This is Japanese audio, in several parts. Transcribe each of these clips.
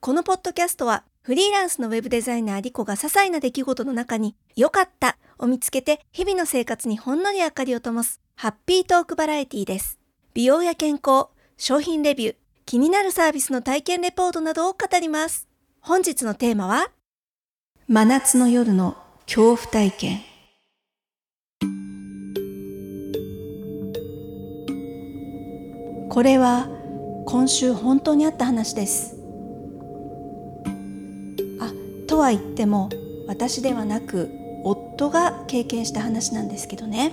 このポッドキャストはフリーランスのウェブデザイナーリコが些細な出来事の中に良かったを見つけて日々の生活にほんのり明かりを灯すハッピートークバラエティです。美容や健康、商品レビュー、気になるサービスの体験レポートなどを語ります。本日のテーマは真夏の夜の恐怖体験。これは今週本当にあった話です。とは言っても私ではなく夫が経験した話なんですけどね。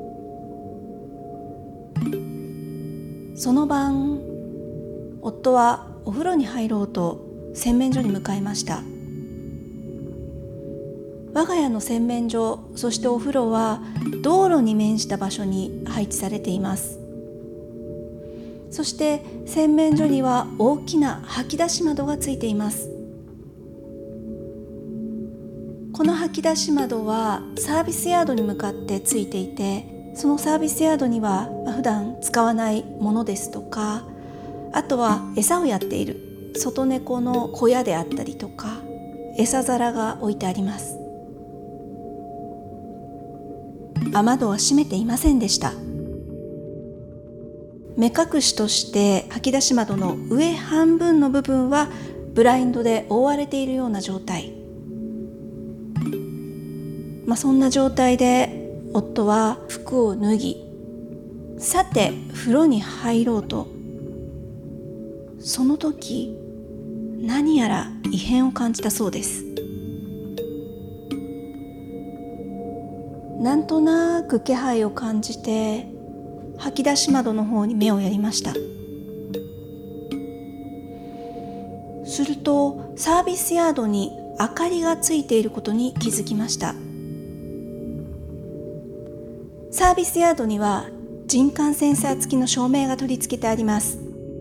その晩、夫はお風呂に入ろうと洗面所に向かいました。我が家の洗面所、そしてお風呂は道路に面した場所に配置されています。そして洗面所には大きな掃き出し窓がついています。この掃き出し窓はサービスヤードに向かってついていて、そのサービスヤードには普段使わないものですとか、あとは餌をやっている外猫の小屋であったりとか、餌皿が置いてあります。雨戸は閉めていませんでした。目隠しとして掃き出し窓の上半分の部分はブラインドで覆われているような状態。そんな状態で夫は服を脱ぎ、さて風呂に入ろうと、その時何やら異変を感じたそうです。なんとなく気配を感じて掃き出し窓の方に目をやりました。するとサービスヤードに明かりがついていることに気づきました。サービスヤードには人感センサー付きの照明が取り付けてあります。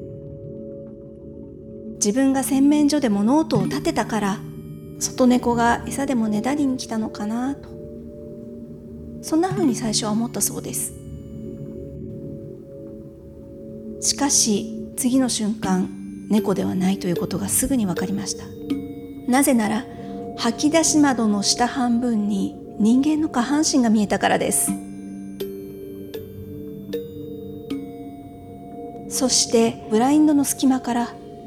自分が洗面所で物音を立てたから外猫が餌でもねだりに来たのかなと、そんな風に最初は思ったそうです。しかし次の瞬間、猫ではないということがすぐに分かりました。なぜなら掃き出し窓の下半分に人間の下半身が見えたからです。そしてブラインドの隙間から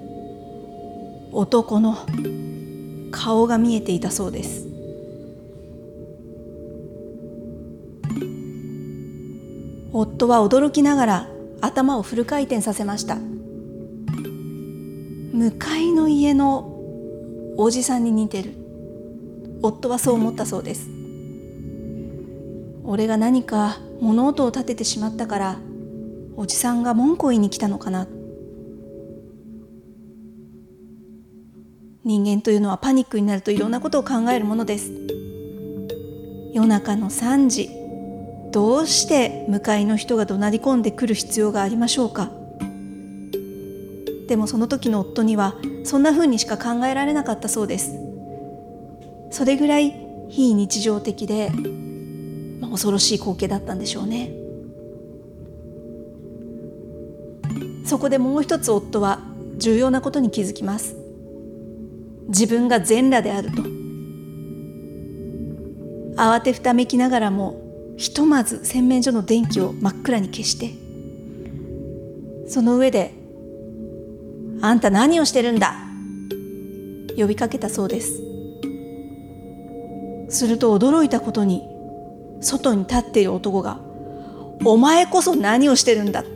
男の顔が見えていたそうです。夫は驚きながら頭をフル回転させました。向かいの家のおじさんに似てる。夫はそう思ったそうです。俺が何か物音を立ててしまったからおじさんが文句を言いに来たのかな。人間というのはパニックになるといろんなことを考えるものです。夜中の3時、どうして向かいの人が怒鳴り込んでくる必要がありましょうか。でもその時の夫にはそんな風にしか考えられなかったそうです。それぐらい非日常的で、恐ろしい光景だったんでしょうね。そこでもう一つ夫は重要なことに気づきます。自分が全裸であると。慌てふためきながらもひとまず洗面所の電気を真っ暗に消して、その上であんた何をしてるんだ呼びかけたそうです。すると驚いたことに、外に立っている男がお前こそ何をしてるんだ。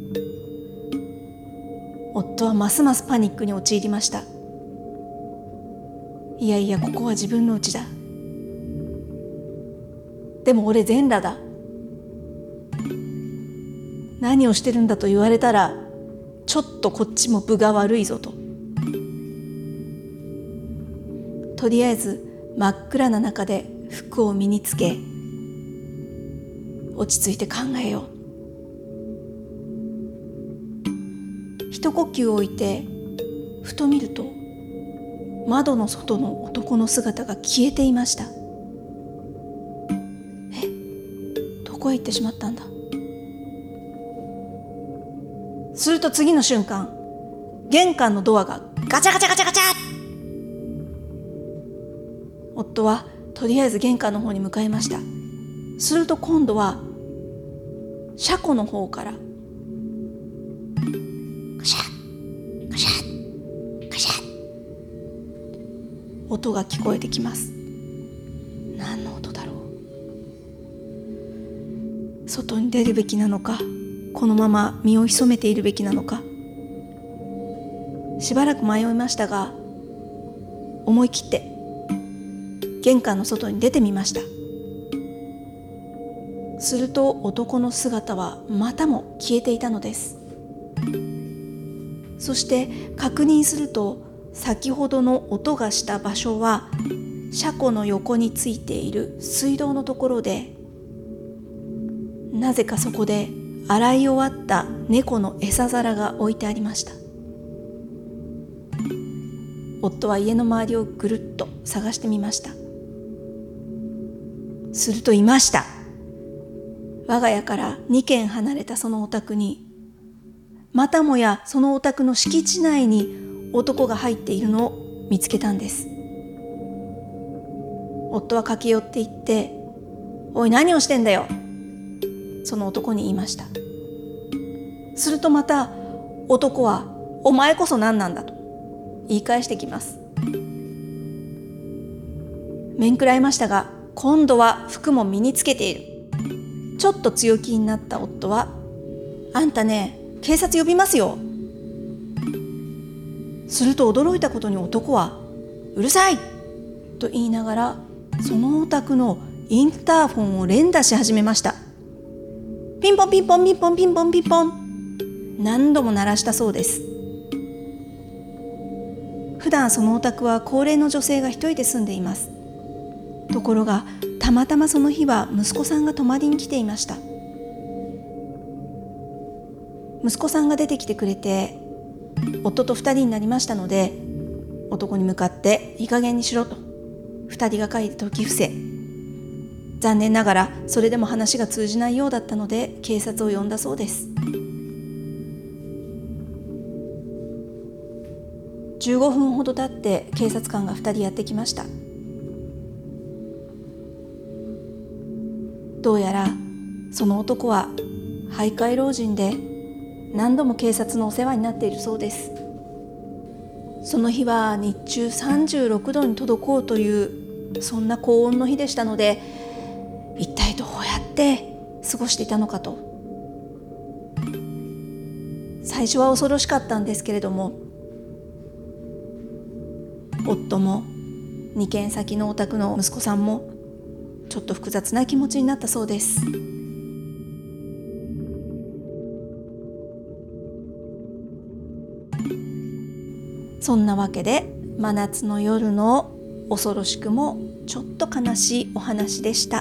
夫はますますパニックに陥りました。いやいや、ここは自分の家だ。でも俺全裸だ。何をしてるんだと言われたらちょっとこっちも分が悪いぞと。とりあえず真っ暗な中で服を身につけ、落ち着いて考えよう。一呼吸を置いてふと見ると、窓の外の男の姿が消えていました。どこへ行ってしまったんだ。すると次の瞬間、玄関のドアがガチャガチャガチャガチャ。夫はとりあえず玄関の方に向かいました。すると今度は車庫の方からガシャッガシャッガシャッ音が聞こえてきます。何の音だろう。外に出るべきなのか、このまま身を潜めているべきなのか。しばらく迷いましたが、思い切って玄関の外に出てみました。すると男の姿はまたも消えていたのです。そして確認すると、先ほどの音がした場所は車庫の横についている水道のところで、なぜかそこで洗い終わった猫の餌皿が置いてありました。夫は家の周りをぐるっと探してみました。するといました。我が家から2軒離れたそのお宅に、またもやそのお宅の敷地内に男が入っているのを見つけたんです。夫は駆け寄っていって、おい何をしてんだよ、その男に言いました。するとまた男は、お前こそ何なんだと言い返してきます。面食らいましたが、今度は服も身につけている。ちょっと強気になった夫は、あんたね、警察呼びますよ。すると驚いたことに男は、うるさいと言いながら、そのお宅のインターフォンを連打し始めました。ピンポンピンポンピンポンピンポンピンポン、何度も鳴らしたそうです。普段そのお宅は高齢の女性が一人で住んでいます。ところがたまたまその日は息子さんが泊まりに来ていました。息子さんが出てきてくれて、夫と2人になりましたので、男に向かっていい加減にしろと2人がかりで説き伏せ、残念ながらそれでも話が通じないようだったので警察を呼んだそうです。15分ほど経って警察官が2人やってきました。どうやらその男は徘徊老人で、何度も警察のお世話になっているそうです。その日は日中36度に届こうという、そんな高温の日でしたので、一体どうやって過ごしていたのかと。最初は恐ろしかったんですけれども、夫も2軒先のお宅の息子さんもちょっと複雑な気持ちになったそうです。そんなわけで、真夏の夜の恐ろしくもちょっと悲しいお話でした。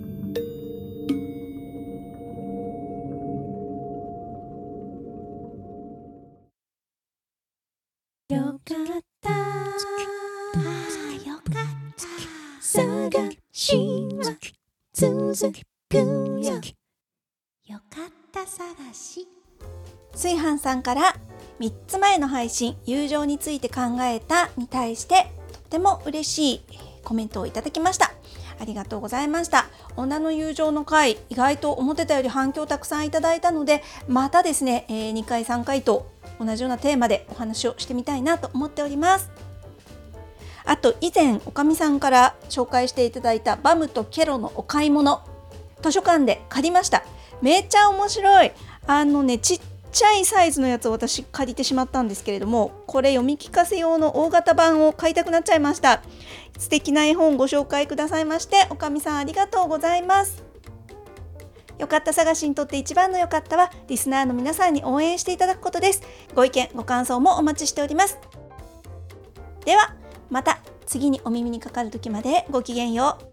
よかったよかった探しは続くよ、よかった探し。炊飯さんから3つ前の配信、友情について考えたに対してとっても嬉しいコメントをいただきました。ありがとうございました。女の友情の回、意外と思ってたより反響たくさんいただいたので、またですね、2回3回と同じようなテーマでお話をしてみたいなと思っております。あと以前おかみさんから紹介していただいたバムとケロのお買い物、図書館で借りました。めっちゃ面白い。ちっちゃいサイズのやつを私借りてしまったんですけれども、これ読み聞かせ用の大型版を買いたくなっちゃいました。素敵な絵本ご紹介くださいまして、おかみさんありがとうございます。よかった探しにとって一番のよかったは、リスナーの皆さんに応援していただくことです。ご意見ご感想もお待ちしております。ではまた次にお耳にかかる時までごきげんよう。